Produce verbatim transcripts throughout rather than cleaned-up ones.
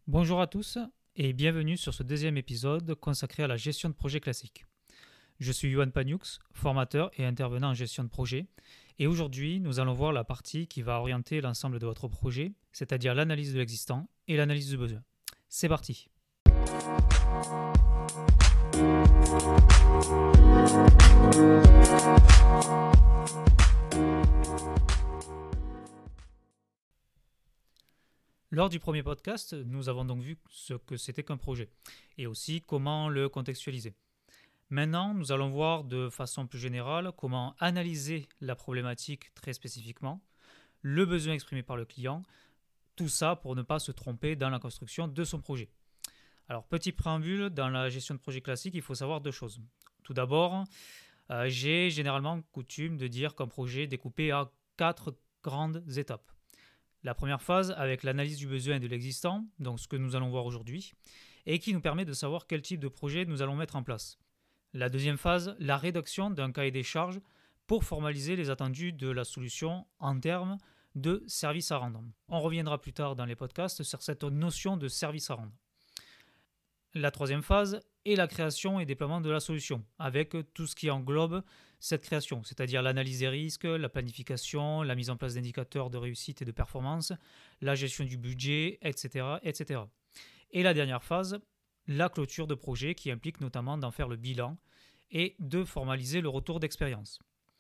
Bonjour à tous et bienvenue sur ce deuxième épisode consacré à la gestion de projet classique. Je suis Yohan Paniux, formateur et intervenant en gestion de projet, et aujourd'hui nous allons voir la partie qui va orienter l'ensemble de votre projet, c'est-à-dire l'analyse de l'existant et l'analyse du besoin. C'est parti. Lors du premier podcast, nous avons donc vu ce que c'était qu'un projet et aussi comment le contextualiser. Maintenant, nous allons voir de façon plus générale comment analyser la problématique très spécifiquement, le besoin exprimé par le client, tout ça pour ne pas se tromper dans la construction de son projet. Alors, petit préambule, dans la gestion de projet classique, il faut savoir deux choses. Tout d'abord, euh, j'ai généralement coutume de dire qu'un projet est découpé à quatre grandes étapes. La première phase avec l'analyse du besoin et de l'existant, donc ce que nous allons voir aujourd'hui, et qui nous permet de savoir quel type de projet nous allons mettre en place. La deuxième phase, la rédaction d'un cahier des charges pour formaliser les attendus de la solution en termes de service à rendre. On reviendra plus tard dans les podcasts sur cette notion de service à rendre. La troisième phase est la création et déploiement de la solution, avec tout ce qui englobe cette création, c'est-à-dire l'analyse des risques, la planification, la mise en place d'indicateurs de réussite et de performance, la gestion du budget, et cetera, et cetera. Et la dernière phase, la clôture de projet qui implique notamment d'en faire le bilan et de formaliser le retour d'expérience.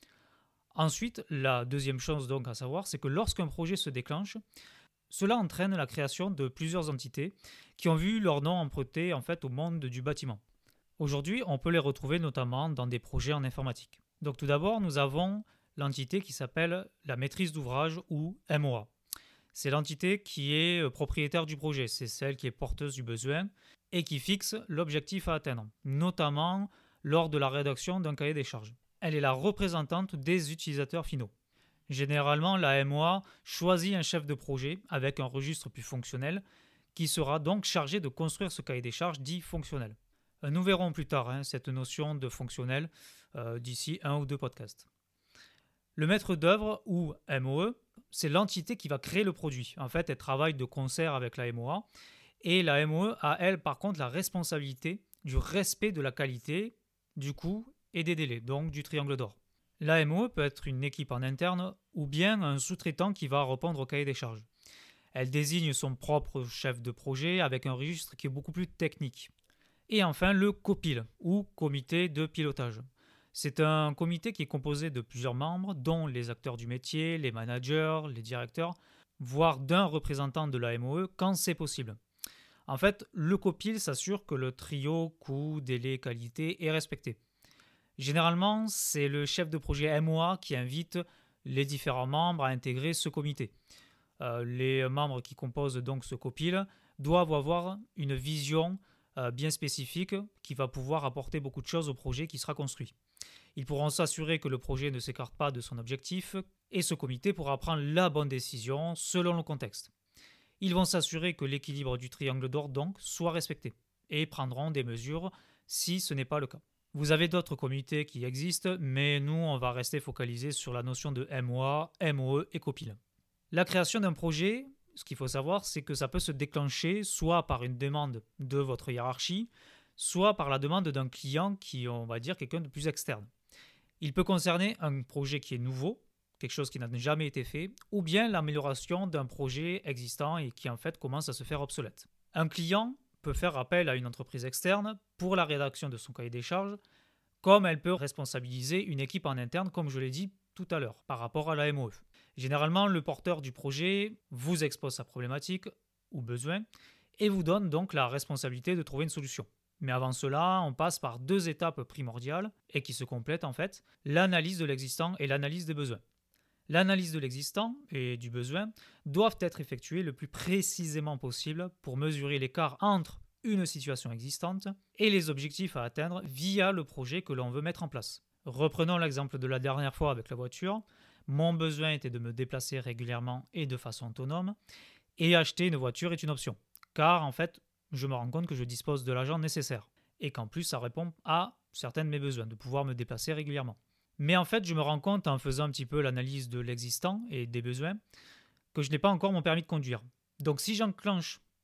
Ensuite, la deuxième chose donc à savoir, c'est que lorsqu'un projet se déclenche, cela entraîne la création de plusieurs entités qui ont vu leur nom emprunté en fait au monde du bâtiment. Aujourd'hui, on peut les retrouver notamment dans des projets en informatique. Donc tout d'abord, nous avons l'entité qui s'appelle la maîtrise d'ouvrage ou M O A. C'est l'entité qui est propriétaire du projet, c'est celle qui est porteuse du besoin et qui fixe l'objectif à atteindre, notamment lors de la rédaction d'un cahier des charges. Elle est la représentante des utilisateurs finaux. Généralement, la M O A choisit un chef de projet avec un registre plus fonctionnel qui sera donc chargé de construire ce cahier des charges dit fonctionnel. Nous verrons plus tard hein, cette notion de fonctionnel euh, d'ici un ou deux podcasts. Le maître d'œuvre ou M O E, c'est l'entité qui va créer le produit. En fait, elle travaille de concert avec la M O A et la M O E a, elle, par contre, la responsabilité du respect de la qualité, du coût et des délais, donc du triangle d'or. La M O E peut être une équipe en interne ou bien un sous-traitant qui va répondre au cahier des charges. Elle désigne son propre chef de projet avec un registre qui est beaucoup plus technique. Et enfin, le COPIL ou comité de pilotage. C'est un comité qui est composé de plusieurs membres, dont les acteurs du métier, les managers, les directeurs, voire d'un représentant de la M O E quand c'est possible. En fait, le COPIL s'assure que le trio coût, délai, qualité est respecté. Généralement, c'est le chef de projet M O A qui invite les différents membres à intégrer ce comité. Euh, les membres qui composent donc ce COPIL doivent avoir une vision euh, bien spécifique qui va pouvoir apporter beaucoup de choses au projet qui sera construit. Ils pourront s'assurer que le projet ne s'écarte pas de son objectif et ce comité pourra prendre la bonne décision selon le contexte. Ils vont s'assurer que l'équilibre du triangle d'or donc soit respecté et prendront des mesures si ce n'est pas le cas. Vous avez d'autres comités qui existent, mais nous on va rester focalisé sur la notion de M O A, M O E et COPIL. La création d'un projet, ce qu'il faut savoir, c'est que ça peut se déclencher soit par une demande de votre hiérarchie, soit par la demande d'un client qui est, on va dire, quelqu'un de plus externe. Il peut concerner un projet qui est nouveau, quelque chose qui n'a jamais été fait, ou bien l'amélioration d'un projet existant et qui en fait commence à se faire obsolète. Un client peut faire appel à une entreprise externe pour la rédaction de son cahier des charges, comme elle peut responsabiliser une équipe en interne, comme je l'ai dit tout à l'heure, par rapport à la M O E. Généralement, le porteur du projet vous expose sa problématique ou besoin et vous donne donc la responsabilité de trouver une solution. Mais avant cela, on passe par deux étapes primordiales et qui se complètent en fait, l'analyse de l'existant et l'analyse des besoins. L'analyse de l'existant et du besoin doivent être effectuées le plus précisément possible pour mesurer l'écart entre une situation existante et les objectifs à atteindre via le projet que l'on veut mettre en place. Reprenons l'exemple de la dernière fois avec la voiture. Mon besoin était de me déplacer régulièrement et de façon autonome, et acheter une voiture est une option, car en fait, je me rends compte que je dispose de l'argent nécessaire, et qu'en plus, ça répond à certains de mes besoins, de pouvoir me déplacer régulièrement. Mais en fait, je me rends compte en faisant un petit peu l'analyse de l'existant et des besoins, que je n'ai pas encore mon permis de conduire. Donc si j'enclenche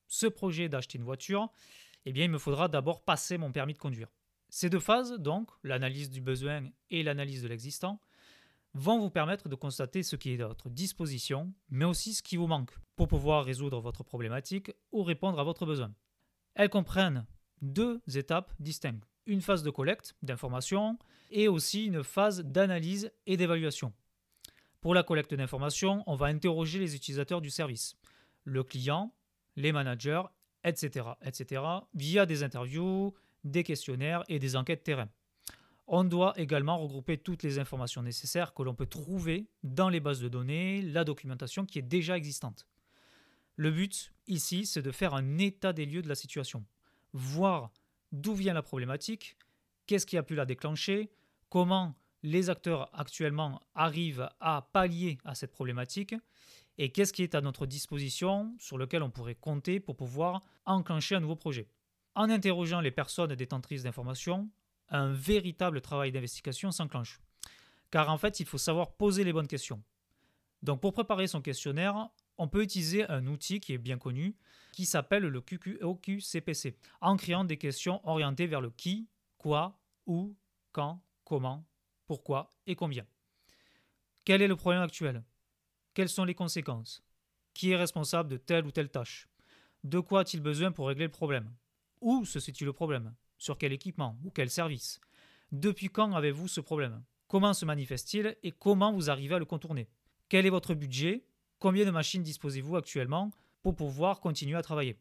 ce projet d'acheter une voiture, eh bien, il me faudra d'abord passer mon permis de conduire. Ces deux phases, donc, l'analyse du besoin et l'analyse de l'existant, vont vous permettre de constater ce qui est à votre disposition, mais aussi ce qui vous manque pour pouvoir résoudre votre problématique ou répondre à votre besoin. Elles comprennent deux étapes distinctes, une phase de collecte d'informations et aussi une phase d'analyse et d'évaluation. Pour la collecte d'informations, on va interroger les utilisateurs du service, le client, les managers, et cetera, et cetera, via des interviews, des questionnaires et des enquêtes terrain. On doit également regrouper toutes les informations nécessaires que l'on peut trouver dans les bases de données, la documentation qui est déjà existante. Le but ici, c'est de faire un état des lieux de la situation, voir d'où vient la problématique, qu'est-ce qui a pu la déclencher, comment les acteurs actuellement arrivent à pallier à cette problématique et qu'est-ce qui est à notre disposition sur lequel on pourrait compter pour pouvoir enclencher un nouveau projet. En interrogeant les personnes détentrices d'informations, un véritable travail d'investigation s'enclenche. Car en fait, il faut savoir poser les bonnes questions. Donc pour préparer son questionnaire, on peut utiliser un outil qui est bien connu, qui s'appelle le Q Q O Q C P C, en créant des questions orientées vers le qui, quoi, où, quand, comment, pourquoi et combien. Quel est le problème actuel? Quelles sont les conséquences? Qui est responsable de telle ou telle tâche? De quoi a-t-il besoin pour régler le problème? Où se situe le problème? Sur quel équipement ou quel service? Depuis quand avez-vous ce problème? Comment se manifeste-t-il et comment vous arrivez à le contourner? Quel est votre budget? Combien de machines disposez-vous actuellement pour pouvoir continuer à travailler?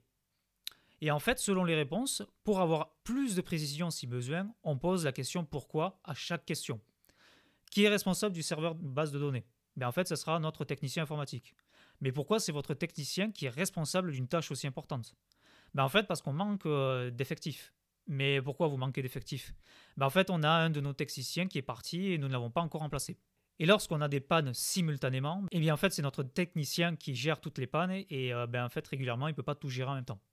Et en fait, selon les réponses, pour avoir plus de précision si besoin, on pose la question pourquoi à chaque question. Qui est responsable du serveur de base de données? Ben en fait, ce sera notre technicien informatique. Mais pourquoi c'est votre technicien qui est responsable d'une tâche aussi importante? Ben en fait, parce qu'on manque euh, d'effectifs. Mais pourquoi vous manquez d'effectifs? Ben en fait, on a un de nos techniciens qui est parti et nous ne l'avons pas encore remplacé. Et lorsqu'on a des pannes simultanément, eh bien en fait, c'est notre technicien qui gère toutes les pannes et euh, ben en fait, régulièrement, il ne peut pas tout gérer en même temps.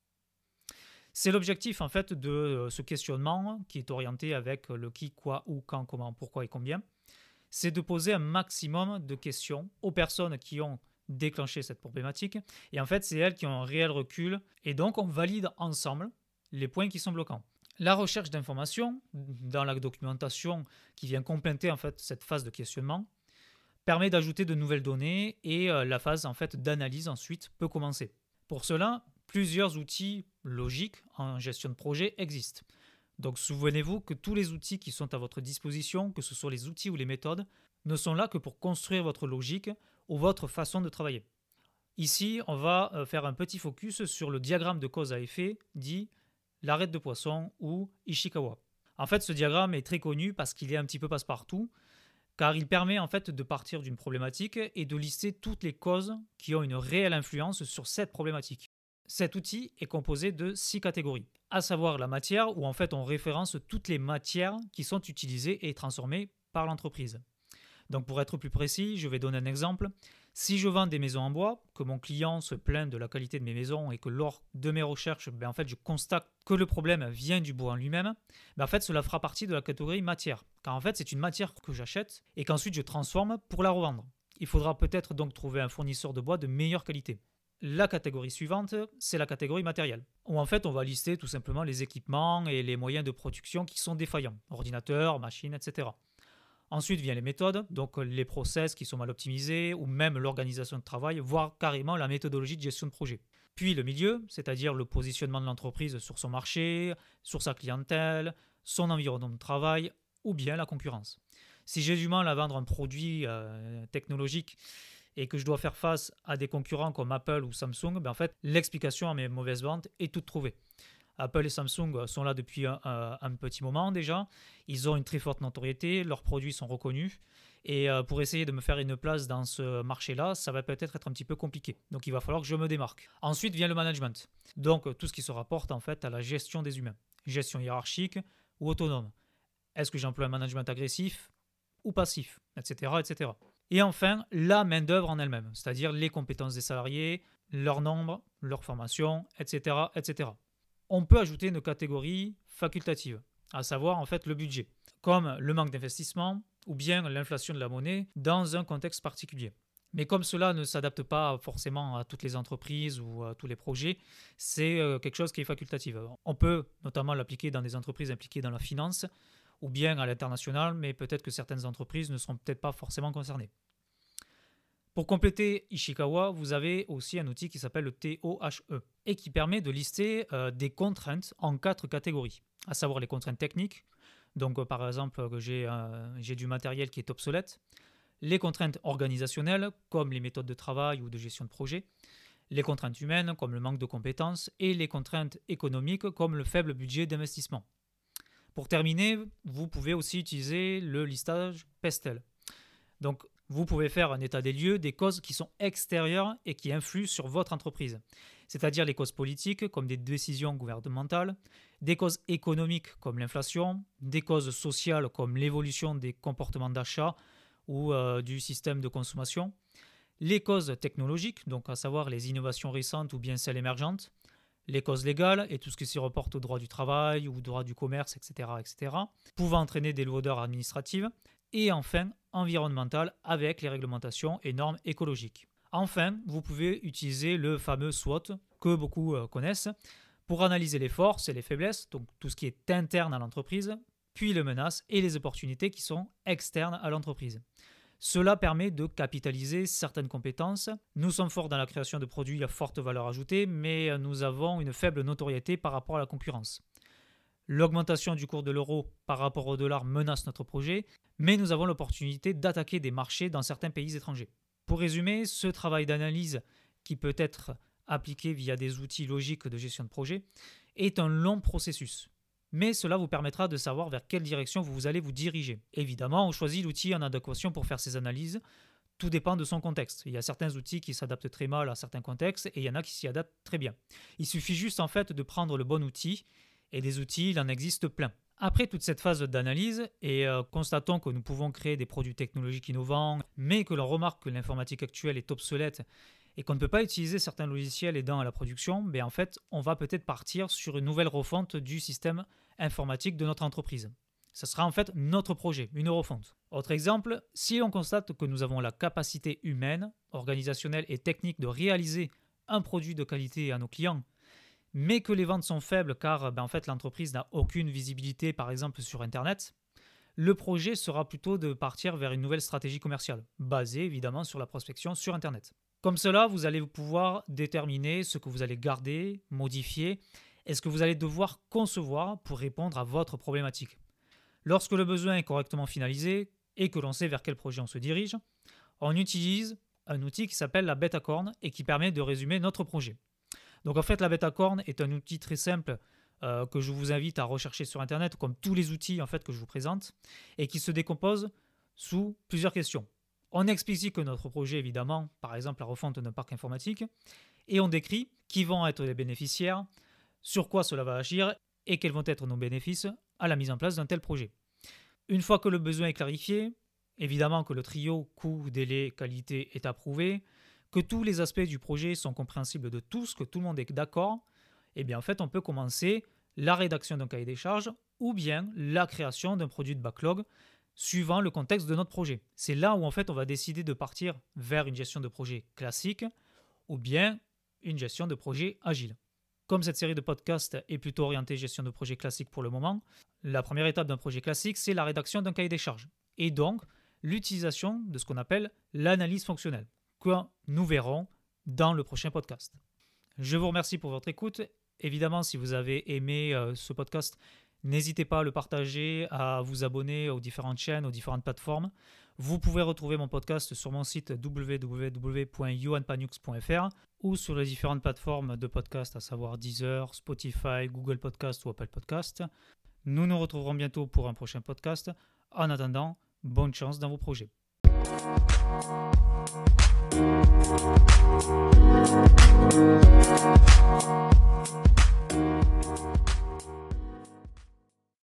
C'est l'objectif en fait de euh, ce questionnement qui est orienté avec le qui, quoi, où, quand, comment, pourquoi et combien. C'est de poser un maximum de questions aux personnes qui ont déclenché cette problématique. Et en fait, c'est elles qui ont un réel recul. Et donc, on valide ensemble les points qui sont bloquants. La recherche d'informations dans la documentation qui vient compléter en fait cette phase de questionnement permet d'ajouter de nouvelles données et euh, la phase en fait d'analyse ensuite peut commencer. Pour cela, plusieurs outils logiques en gestion de projet existent. Donc souvenez-vous que tous les outils qui sont à votre disposition, que ce soit les outils ou les méthodes, ne sont là que pour construire votre logique ou votre façon de travailler. Ici, on va faire un petit focus sur le diagramme de cause à effet dit l'arête de poisson ou Ishikawa. En fait, ce diagramme est très connu parce qu'il est un petit peu passe-partout, car il permet en fait de partir d'une problématique et de lister toutes les causes qui ont une réelle influence sur cette problématique. Cet outil est composé de six catégories, à savoir la matière où en fait on référence toutes les matières qui sont utilisées et transformées par l'entreprise. Donc pour être plus précis, je vais donner un exemple. Si je vends des maisons en bois, que mon client se plaint de la qualité de mes maisons et que lors de mes recherches, ben en fait, je constate que le problème vient du bois en lui-même, ben en fait, cela fera partie de la catégorie matière. Car en fait, c'est une matière que j'achète et qu'ensuite je transforme pour la revendre. Il faudra peut-être donc trouver un fournisseur de bois de meilleure qualité. La catégorie suivante, c'est la catégorie matérielle, où en fait on va lister tout simplement les équipements et les moyens de production qui sont défaillants, ordinateurs, machines, et cetera. Ensuite viennent les méthodes, donc les process qui sont mal optimisés, ou même l'organisation de travail, voire carrément la méthodologie de gestion de projet. Puis le milieu, c'est-à-dire le positionnement de l'entreprise sur son marché, sur sa clientèle, son environnement de travail, ou bien la concurrence. Si j'ai du mal à vendre un produit euh, technologique et que je dois faire face à des concurrents comme Apple ou Samsung, ben en fait, l'explication à mes mauvaises ventes est toute trouvée. Apple et Samsung sont là depuis un, un, un petit moment déjà. Ils ont une très forte notoriété, leurs produits sont reconnus. Et euh, pour essayer de me faire une place dans ce marché-là, ça va peut-être être un petit peu compliqué. Donc il va falloir que je me démarque. Ensuite vient le management. Donc tout ce qui se rapporte en fait à la gestion des humains. Gestion hiérarchique ou autonome. Est-ce que j'emploie un management agressif ou passif, et cetera, et cetera. Et enfin, la main-d'œuvre en elle-même, c'est-à-dire les compétences des salariés, leur nombre, leur formation, et cetera, et cetera. On peut ajouter une catégorie facultative, à savoir en fait le budget, comme le manque d'investissement ou bien l'inflation de la monnaie dans un contexte particulier. Mais comme cela ne s'adapte pas forcément à toutes les entreprises ou à tous les projets, c'est euh, quelque chose qui est facultatif. On peut notamment l'appliquer dans des entreprises impliquées dans la finance ou bien à l'international, mais peut-être que certaines entreprises ne seront peut-être pas forcément concernées. Pour compléter Ishikawa, vous avez aussi un outil qui s'appelle le T O H E et qui permet de lister euh, des contraintes en quatre catégories, à savoir les contraintes techniques. Donc euh, par exemple, que j'ai, euh, j'ai du matériel qui est obsolète, les contraintes organisationnelles, comme les méthodes de travail ou de gestion de projet, les contraintes humaines, comme le manque de compétences, et les contraintes économiques, comme le faible budget d'investissement. Pour terminer, vous pouvez aussi utiliser le listage PESTEL. Donc, vous pouvez faire un état des lieux des causes qui sont extérieures et qui influent sur votre entreprise, c'est-à-dire les causes politiques, comme des décisions gouvernementales, des causes économiques, comme l'inflation, des causes sociales, comme l'évolution des comportements d'achat, ou euh, du système de consommation, les causes technologiques, donc à savoir les innovations récentes ou bien celles émergentes, les causes légales et tout ce qui se reporte au droit du travail ou au droit du commerce, et cetera, et cetera, pouvant entraîner des lourdeurs administratives, et enfin environnementales avec les réglementations et normes écologiques. Enfin, vous pouvez utiliser le fameux SWOT que beaucoup euh, connaissent pour analyser les forces et les faiblesses, donc tout ce qui est interne à l'entreprise, puis les menaces et les opportunités qui sont externes à l'entreprise. Cela permet de capitaliser certaines compétences. Nous sommes forts dans la création de produits à forte valeur ajoutée, mais nous avons une faible notoriété par rapport à la concurrence. L'augmentation du cours de l'euro par rapport au dollar menace notre projet, mais nous avons l'opportunité d'attaquer des marchés dans certains pays étrangers. Pour résumer, ce travail d'analyse, qui peut être appliqué via des outils logiques de gestion de projet, est un long processus. Mais cela vous permettra de savoir vers quelle direction vous allez vous diriger. Évidemment, on choisit l'outil en adéquation pour faire ces analyses. Tout dépend de son contexte. Il y a certains outils qui s'adaptent très mal à certains contextes et il y en a qui s'y adaptent très bien. Il suffit juste en fait de prendre le bon outil et des outils, il en existe plein. Après toute cette phase d'analyse et euh, constatons que nous pouvons créer des produits technologiques innovants, mais que l'on remarque que l'informatique actuelle est obsolète et qu'on ne peut pas utiliser certains logiciels aidant à la production, ben en fait, on va peut-être partir sur une nouvelle refonte du système informatique de notre entreprise. Ce sera en fait notre projet, une refonte. Autre exemple, si on constate que nous avons la capacité humaine, organisationnelle et technique de réaliser un produit de qualité à nos clients, mais que les ventes sont faibles car ben en fait, l'entreprise n'a aucune visibilité par exemple sur Internet, le projet sera plutôt de partir vers une nouvelle stratégie commerciale, basée évidemment sur la prospection sur Internet. Comme cela, vous allez pouvoir déterminer ce que vous allez garder, modifier et ce que vous allez devoir concevoir pour répondre à votre problématique. Lorsque le besoin est correctement finalisé et que l'on sait vers quel projet on se dirige, on utilise un outil qui s'appelle la Betacorn et qui permet de résumer notre projet. Donc en fait, la Betacorn est un outil très simple euh, que je vous invite à rechercher sur Internet, comme tous les outils en fait, que je vous présente, et qui se décompose sous plusieurs questions. On explicite que notre projet, évidemment, par exemple la refonte d'un parc informatique, et on décrit qui vont être les bénéficiaires, sur quoi cela va agir et quels vont être nos bénéfices à la mise en place d'un tel projet. Une fois que le besoin est clarifié, évidemment que le trio coût, délai, qualité est approuvé, que tous les aspects du projet sont compréhensibles de tous, que tout le monde est d'accord, et bien en fait on peut commencer la rédaction d'un cahier des charges ou bien la création d'un produit de backlog suivant le contexte de notre projet. C'est là où en fait on va décider de partir vers une gestion de projet classique ou bien une gestion de projet agile. Comme cette série de podcasts est plutôt orientée gestion de projet classique pour le moment, la première étape d'un projet classique, c'est la rédaction d'un cahier des charges et donc l'utilisation de ce qu'on appelle l'analyse fonctionnelle, que nous verrons dans le prochain podcast. Je vous remercie pour votre écoute. Évidemment, si vous avez aimé euh, ce podcast, n'hésitez pas à le partager, à vous abonner aux différentes chaînes, aux différentes plateformes. Vous pouvez retrouver mon podcast sur mon site w w w point johan paniux point f r ou sur les différentes plateformes de podcast, à savoir Deezer, Spotify, Google Podcast ou Apple Podcast. Nous nous retrouverons bientôt pour un prochain podcast. En attendant, bonne chance dans vos projets.